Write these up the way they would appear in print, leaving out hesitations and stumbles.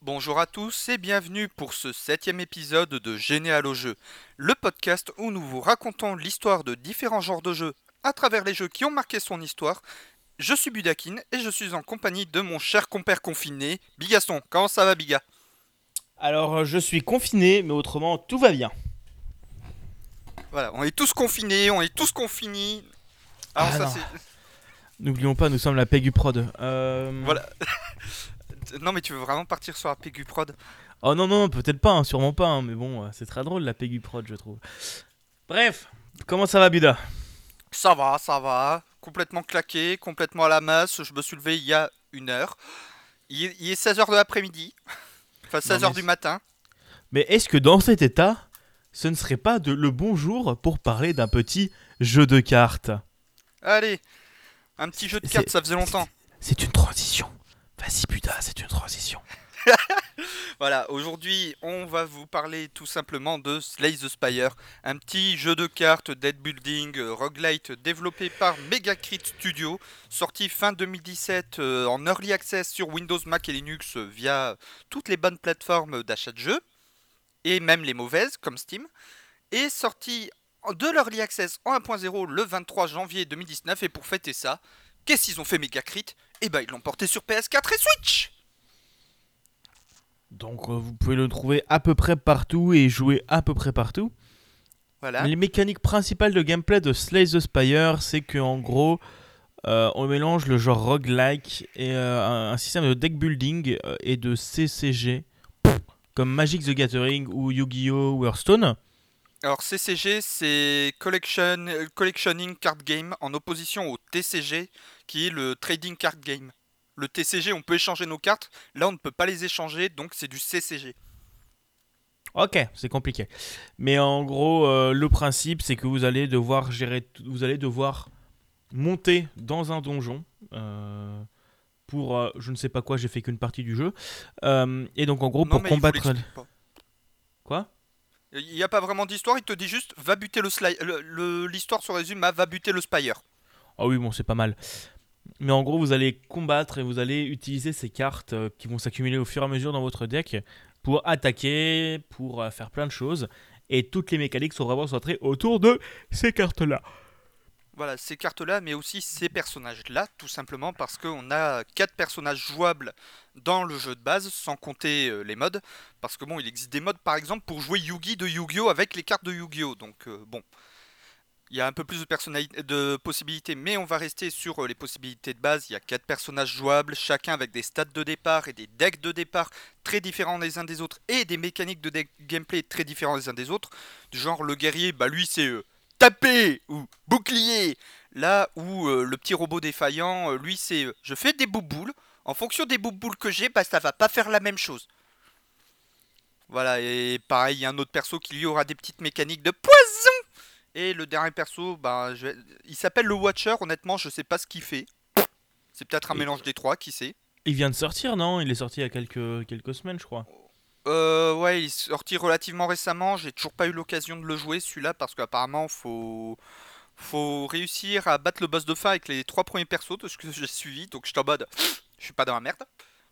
Bonjour à tous et bienvenue pour ce 7e épisode de Généal au jeu, le podcast où nous vous racontons l'histoire de différents genres de jeux à travers les jeux qui ont marqué son histoire. Je suis Budakin et je suis en compagnie de mon cher compère confiné, Bigaston. Comment ça va, Biga? Alors, je suis confiné, mais autrement, tout va bien. Voilà, on est tous confinés, on est tous confinés. Alors Ah ça non, c'est... n'oublions pas, nous sommes la Pégu-Prod. Voilà. Non mais tu veux vraiment partir sur la PQ Prod? Oh non, non, peut-être pas, hein, sûrement pas, hein, mais bon, c'est très drôle la Pégu-Prod, je trouve. Bref, comment ça va, Buda? Ça va. Complètement claqué, complètement à la masse. Je me suis levé il y a une heure. Il est 16 heures de l'après-midi. Enfin Non, 16 heures mais, du matin. mais est-ce que dans cet état, ce ne serait pas le bon jour pour parler d'un petit jeu de cartes? Allez, un petit jeu C'est de cartes, ça faisait c'est- longtemps. c'est une transition. Vas-y, Buda, c'est une transition. Voilà, aujourd'hui, on va vous parler tout simplement de Slay the Spire, un petit jeu de cartes dead building roguelite développé par Megacrit Studio, sorti fin 2017 en early access sur Windows, Mac et Linux via toutes les bonnes plateformes d'achat de jeux et même les mauvaises comme Steam, et sorti de l'early access en 1.0 le 23 janvier 2019. Et pour fêter ça, qu'est-ce qu'ils ont fait Megacrit? Eh ben, ils l'ont porté sur PS4 et Switch. Donc, vous pouvez le trouver à peu près partout et jouer à peu près partout. Voilà. Les mécaniques principales de gameplay de Slay the Spire, c'est que en gros, on mélange le genre roguelike et un système de deck building et de CCG, comme Magic the Gathering ou Yu-Gi-Oh! Ou Hearthstone. Alors CCG, c'est Collectioning Card Game, en opposition au TCG, qui est le Trading Card Game. Le TCG, on peut échanger nos cartes, là on ne peut pas les échanger, donc c'est du CCG. Ok, c'est compliqué. Mais en gros, le principe, c'est que vous allez devoir gérer, vous allez devoir monter dans un donjon. Pour je ne sais pas quoi, j'ai fait qu'une partie du jeu. Et donc en gros, Non pour mais il vous combattre... l'explique pas. Quoi? Il n'y a pas vraiment d'histoire, il te dit juste va buter l'histoire se résume à va buter le Spire. Ah oui, bon, c'est pas mal. Mais en gros, vous allez combattre et vous allez utiliser ces cartes qui vont s'accumuler au fur et à mesure dans votre deck pour attaquer, pour faire plein de choses. Et toutes les mécaniques sont vraiment centrées autour de ces cartes-là. Voilà, ces cartes-là, mais aussi ces personnages-là, tout simplement parce qu'on a 4 personnages jouables dans le jeu de base, sans compter les mods. Parce que bon, il existe des mods par exemple pour jouer Yugi de Yu-Gi-Oh! Avec les cartes de Yu-Gi-Oh! Donc bon, il y a un peu plus de possibilités, mais on va rester sur les possibilités de base. Il y a 4 personnages jouables, chacun avec des stats de départ et des decks de départ très différents les uns des autres, et des mécaniques de deck gameplay très différents les uns des autres. Du genre, le guerrier, bah lui c'est taper ou bouclier. Là où le petit robot défaillant, lui c'est je fais des bouboules. En fonction des bouboules que j'ai, bah ça va pas faire la même chose. Voilà, et pareil, il y a un autre perso qui lui aura des petites mécaniques de poison. Et le dernier perso, bah, il s'appelle le Watcher. Honnêtement, je sais pas ce qu'il fait. C'est peut-être un Et mélange des trois, qui sait. il vient de sortir, non? Il est sorti il y a quelques semaines, je crois. Ouais, il est sorti relativement récemment. J'ai toujours pas eu l'occasion de le jouer celui-là parce qu'apparemment faut réussir à battre le boss de fin avec les trois premiers persos de ce que j'ai suivi. Donc je suis en mode, je suis pas dans la merde.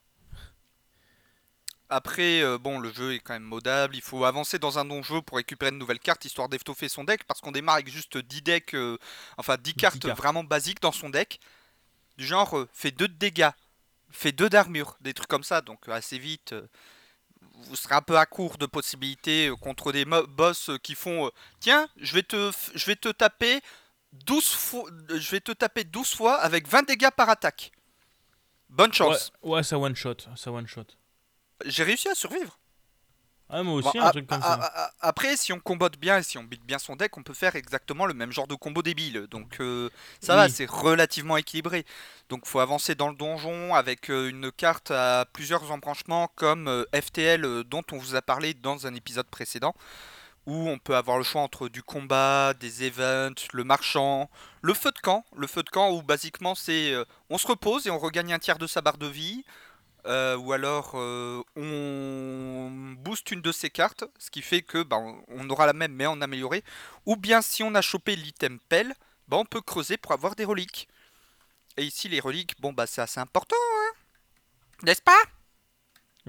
Après, bon, le jeu est quand même modable. Il faut avancer dans un donjon pour récupérer de nouvelles cartes histoire d'étoffer son deck parce qu'on démarre avec juste 10 decks, enfin 10 10 cartes cartes. vraiment basiques dans son deck. Du genre, fait 2 de dégâts, fait 2 d'armure, des trucs comme ça. Donc assez vite, vous serez un peu à court de possibilités contre des boss qui font tiens, je vais te taper 12 fois, je vais te taper 12 fois avec 20 dégâts par attaque. Bonne Ouais, chance. ouais, ça one shot, ça one shot. J'ai réussi à survivre. Ah, moi Bon, aussi, un truc comme ça. après, si on combote bien et si on bite bien son deck, on peut faire exactement le même genre de combo débile. Donc ça va, Oui, c'est relativement équilibré. Donc faut avancer dans le donjon avec une carte à plusieurs embranchements comme FTL dont on vous a parlé dans un épisode précédent, où on peut avoir le choix entre du combat, des events, le marchand, le feu de camp. Le feu de camp où basiquement c'est on se repose et on regagne un tiers de sa barre de vie. Ou alors on booste une de ces cartes, ce qui fait que bah, on aura la même mais en amélioré. Ou bien si on a chopé l'item pelle, bah, on peut creuser pour avoir des reliques. Et ici les reliques, bon bah c'est assez important, n'est-ce pas?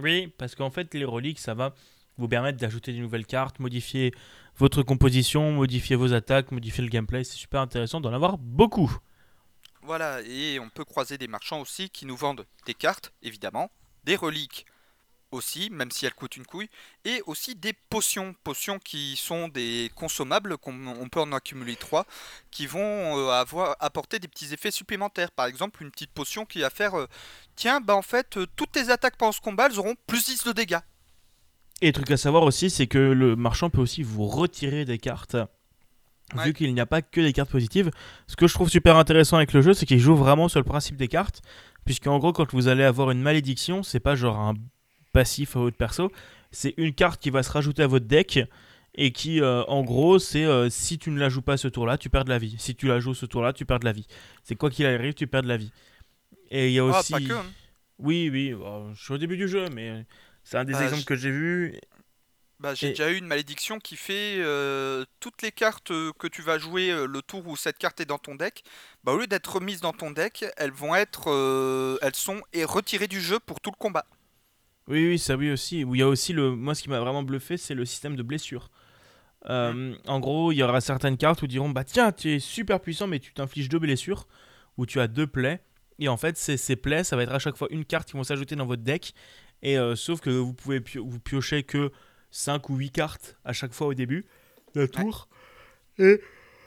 Oui, parce qu'en fait, les reliques, ça va vous permettre d'ajouter des nouvelles cartes, modifier votre composition, modifier vos attaques, modifier le gameplay. C'est super intéressant d'en avoir beaucoup. Voilà, et on peut croiser des marchands aussi qui nous vendent des cartes, évidemment, des reliques aussi, même si elles coûtent une couille, et aussi des potions, potions qui sont des consommables, on peut en accumuler 3, qui vont apporter des petits effets supplémentaires. Par exemple, une petite potion qui va faire, tiens, bah en fait, toutes tes attaques pendant ce combat, elles auront plus 10 de dégâts. Et le truc à savoir aussi, c'est que le marchand peut aussi vous retirer des cartes. Ouais, Vu qu'il n'y a pas que des cartes positives, ce que je trouve super intéressant avec le jeu, c'est qu'il joue vraiment sur le principe des cartes. Puisqu'en gros, quand vous allez avoir une malédiction, c'est pas genre un passif à votre perso, c'est une carte qui va se rajouter à votre deck et qui, en gros, c'est si tu ne la joues pas ce tour-là, tu perds de la vie. Si tu la joues ce tour-là, tu perds de la vie. C'est quoi qu'il arrive, tu perds de la vie. Et il y a ah, pas que, aussi. hein. Oui, oui, je suis au début du jeu, mais c'est un des Bah, exemples que j'ai vu. Bah, j'ai Et déjà eu une malédiction qui fait toutes les cartes que tu vas jouer le tour où cette carte est dans ton deck, bah, au lieu d'être remises dans ton deck, elles sont retirées du jeu pour tout le combat. oui, oui, ça oui aussi. Où il y a aussi le. Moi, ce qui m'a vraiment bluffé, c'est le système de blessure. Hmm. En gros, il y aura certaines cartes où diront bah tiens, tu es super puissant, mais tu t'infliges 2 blessures, ou tu as 2 plaies. Et en fait, ces plaies, ça va être à chaque fois une carte qui vont s'ajouter dans votre deck. Et sauf que vous pouvez vous piocher que 5 ou 8 cartes à chaque fois au début d'un Ouais, tour. Et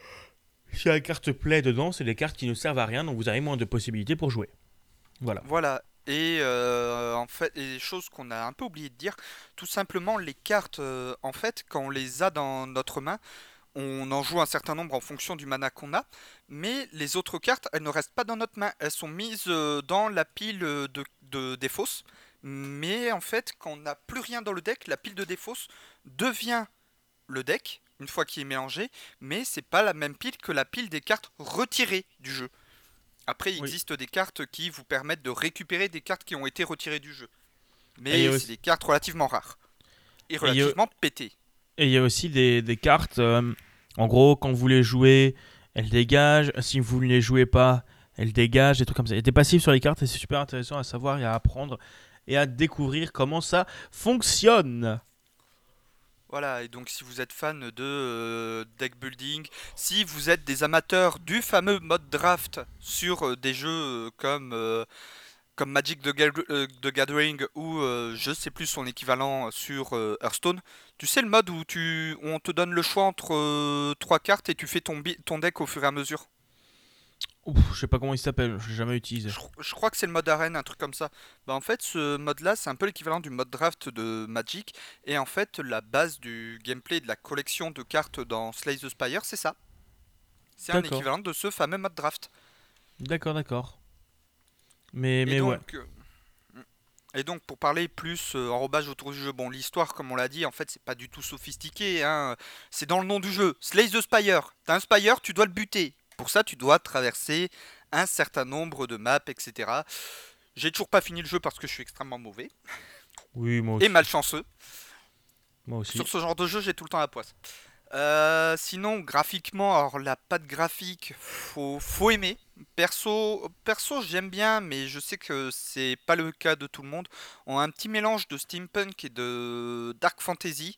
si la carte plaie dedans, c'est des cartes qui ne servent à rien, donc vous avez moins de possibilités pour jouer. Voilà. voilà. Et en fait, et des choses qu'on a un peu oublié de dire, tout simplement les cartes, en fait, quand on les a dans notre main, on en joue un certain nombre en fonction du mana qu'on a, mais les autres cartes, elles ne restent pas dans notre main, elles sont mises dans la pile de défausse. Mais en fait, quand on n'a plus rien dans le deck, la pile de défausse devient le deck, une fois qu'il est mélangé, mais c'est pas la même pile que la pile des cartes retirées du jeu. Après, il Oui. existe des cartes qui vous permettent de récupérer des cartes qui ont été retirées du jeu. Et il y Mais a c'est aussi, des cartes relativement rares et et il y a- relativement pétées. et il y a aussi des cartes, en gros, quand vous les jouez, elles dégagent. Si vous ne les jouez pas, elles dégagent, des trucs comme ça. Il y a des passifs sur les cartes et c'est super intéressant à savoir et à apprendre et à découvrir comment ça fonctionne. Voilà, et donc si vous êtes fan de deck building, si vous êtes des amateurs du fameux mode draft sur des jeux comme Magic the Gathering ou je sais plus son équivalent sur Hearthstone, tu sais le mode où on te donne le choix entre trois cartes et tu fais ton deck au fur et à mesure. Ouf, je sais pas comment il s'appelle, je l'ai jamais utilisé. Je crois que c'est le mode arène, un truc comme ça. Bah en fait, ce mode-là, c'est un peu l'équivalent du mode draft de Magic. Et en fait, la base du gameplay de la collection de cartes dans Slay the Spire, c'est ça. C'est un D'accord, équivalent de ce fameux mode draft. d'accord, d'accord. Mais, Et mais ouais. donc, pour parler plus enrobage autour du jeu, bon, l'histoire, comme on l'a dit, en fait, c'est pas du tout sophistiqué, hein. C'est dans le nom du jeu. Slay the Spire. T'as un Spire, tu dois le buter. Pour ça, tu dois traverser un certain nombre de maps, etc. J'ai toujours pas fini le jeu parce que je suis extrêmement mauvais Oui, moi et aussi. malchanceux. Moi aussi. Sur ce genre de jeu, j'ai tout le temps la poisse. Sinon, graphiquement, alors la patte graphique, faut aimer. Perso, j'aime bien, mais je sais que c'est pas le cas de tout le monde. On a un petit mélange de steampunk et de dark fantasy.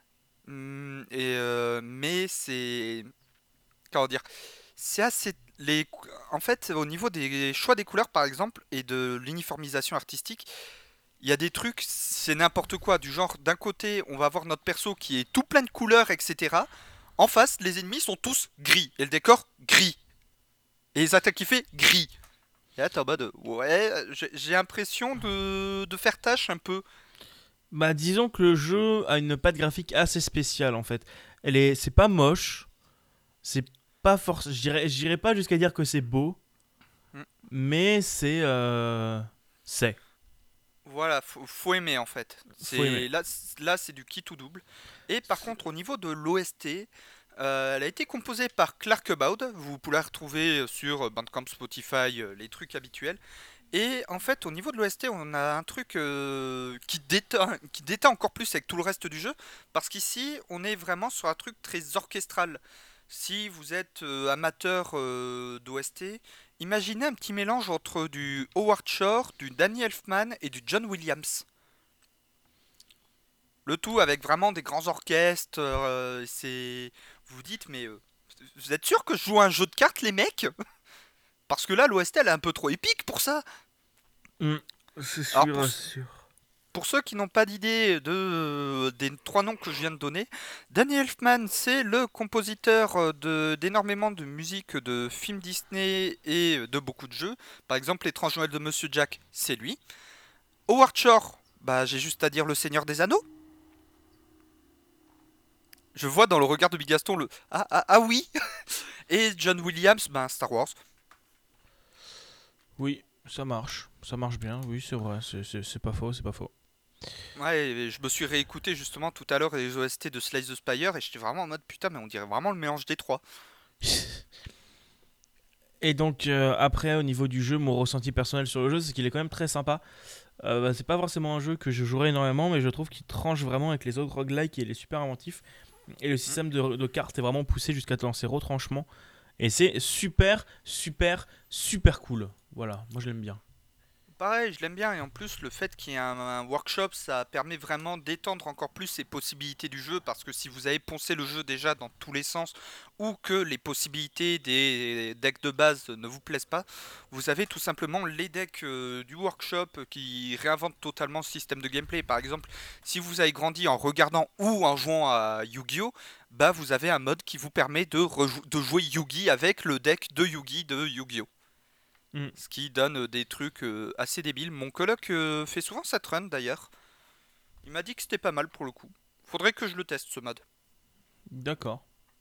Mais c'est, comment dire, c'est assez. En fait, au niveau des choix des couleurs, par exemple, et de l'uniformisation artistique, il y a des trucs, c'est n'importe quoi. Du genre, d'un côté, on va avoir notre perso qui est tout plein de couleurs, etc. En face, les ennemis sont tous gris. Et le décor, gris. Et les attaques qui fait, gris. Et là, t'es en mode, ouais, j'ai l'impression de faire tâche un peu. Bah, disons que le jeu a une patte graphique assez spéciale en fait. C'est pas moche, c'est pas forcément. Je dirais pas jusqu'à dire que c'est beau, Hmm. mais c'est. Voilà, faut aimer en fait. Faut aimer. Là c'est du qui tout double. Et par contre, au niveau de l'OST, elle a été composée par Clark Baud. Vous pouvez la retrouver sur Bandcamp, Spotify, les trucs habituels. Et en fait, au niveau de l'OST, on a un truc qui déteint encore plus avec tout le reste du jeu, parce qu'ici, on est vraiment sur un truc très orchestral. Si vous êtes amateur d'OST, imaginez un petit mélange entre du Howard Shore, du Danny Elfman et du John Williams. Le tout avec vraiment des grands orchestres. Vous vous dites, mais vous êtes sûr que je joue à un jeu de cartes, les mecs? Parce que là, l'OST, elle est un peu trop épique pour ça. Hmm, c'est Alors, sûr, c'est sûr. pour ceux qui n'ont pas d'idée des trois noms que je viens de donner, Danny Elfman, c'est le compositeur d'énormément de musique de films Disney et de beaucoup de jeux. Par exemple, L'étrange Noël de Monsieur Jack, c'est lui. Howard Shore, bah, j'ai juste à dire Le Seigneur des Anneaux. Je vois dans le regard de Bigaston le ah oui. Et John Williams, ben Star Wars. Oui, ça marche bien, oui, c'est vrai, c'est pas faux, c'est pas faux. Ouais, et je me suis réécouté justement tout à l'heure les OST de Slice the Spire et j'étais vraiment en mode putain, mais on dirait vraiment le mélange des trois. Et donc après au niveau du jeu, mon ressenti personnel sur le jeu, c'est qu'il est quand même très sympa. C'est pas forcément un jeu que je jouerai énormément, mais je trouve qu'il tranche vraiment avec les autres roguelikes et il est super inventif. Et le Hmm. système de cartes est vraiment poussé jusqu'à te lancer retranchement. Et c'est super, super, super cool. Voilà, moi je l'aime bien. Pareil, je l'aime bien et en plus le fait qu'il y ait un workshop, ça permet vraiment d'étendre encore plus les possibilités du jeu parce que si vous avez poncé le jeu déjà dans tous les sens ou que les possibilités des decks de base ne vous plaisent pas, vous avez tout simplement les decks du workshop qui réinventent totalement le système de gameplay. Par exemple, si vous avez grandi en regardant ou en jouant à Yu-Gi-Oh, bah vous avez un mode qui vous permet de jouer Yugi avec le deck de Yugi de Yu-Gi-Oh! Hmm, Ce qui donne des trucs assez débiles. Mon coloc fait souvent cette run d'ailleurs. Il m'a dit que c'était pas mal pour le coup. Faudrait que je le teste ce mode. d'accord.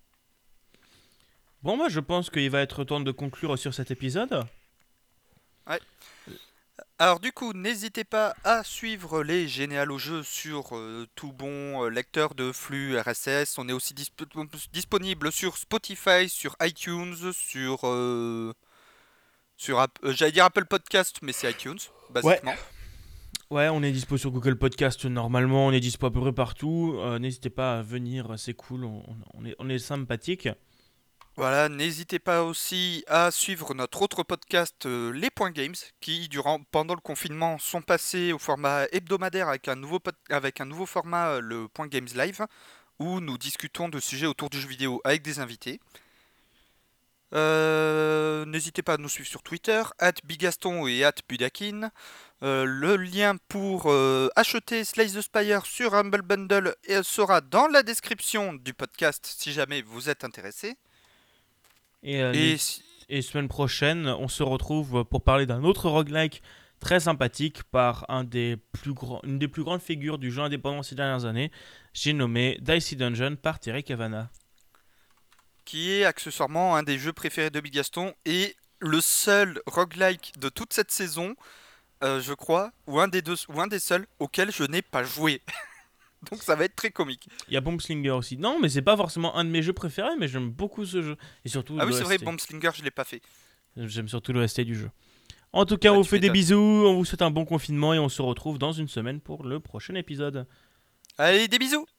Bon, moi je pense qu'il va être temps de conclure sur cet épisode. Ouais. Alors du coup, n'hésitez pas à suivre les généalogies jeux sur tout bon lecteur de flux RSS. On est aussi disponible sur Spotify, sur iTunes, j'allais dire Apple Podcast, mais c'est iTunes, Ouais, basiquement. ouais, on est dispo sur Google Podcast normalement, on est dispo à peu près partout. N'hésitez pas à venir, c'est cool, on est sympathique. Voilà, n'hésitez pas aussi à suivre notre autre podcast, Les Points Games, qui, pendant le confinement, sont passés au format hebdomadaire avec un nouveau format, le Point Games Live, où nous discutons de sujets autour du jeu vidéo avec des invités. N'hésitez pas à nous suivre sur Twitter, @bigaston et @budakin. Le lien pour acheter Slice the Spire sur Humble Bundle sera dans la description du podcast si jamais vous êtes intéressé. Et, Et si- et semaine prochaine, on se retrouve pour parler d'un autre roguelike très sympathique par une des plus grandes figures du jeu indépendant ces dernières années. J'ai nommé Dicey Dungeon par Terry Cavana. qui est accessoirement un des jeux préférés de Bigaston et le seul roguelike de toute cette saison, je crois, ou un des seuls auxquels je n'ai pas joué. Donc ça va être très comique. Il y a Bombslinger aussi. Non, mais c'est pas forcément un de mes jeux préférés, mais j'aime beaucoup ce jeu. Et surtout Ah oui, c'est vrai, l'OST. Bombslinger, je l'ai pas fait. J'aime surtout l'OST du jeu. En tout cas, on Bah, vous tu fait des m'étonnes. bisous, on vous souhaite un bon confinement et on se retrouve dans une semaine pour le prochain épisode. Allez, des bisous!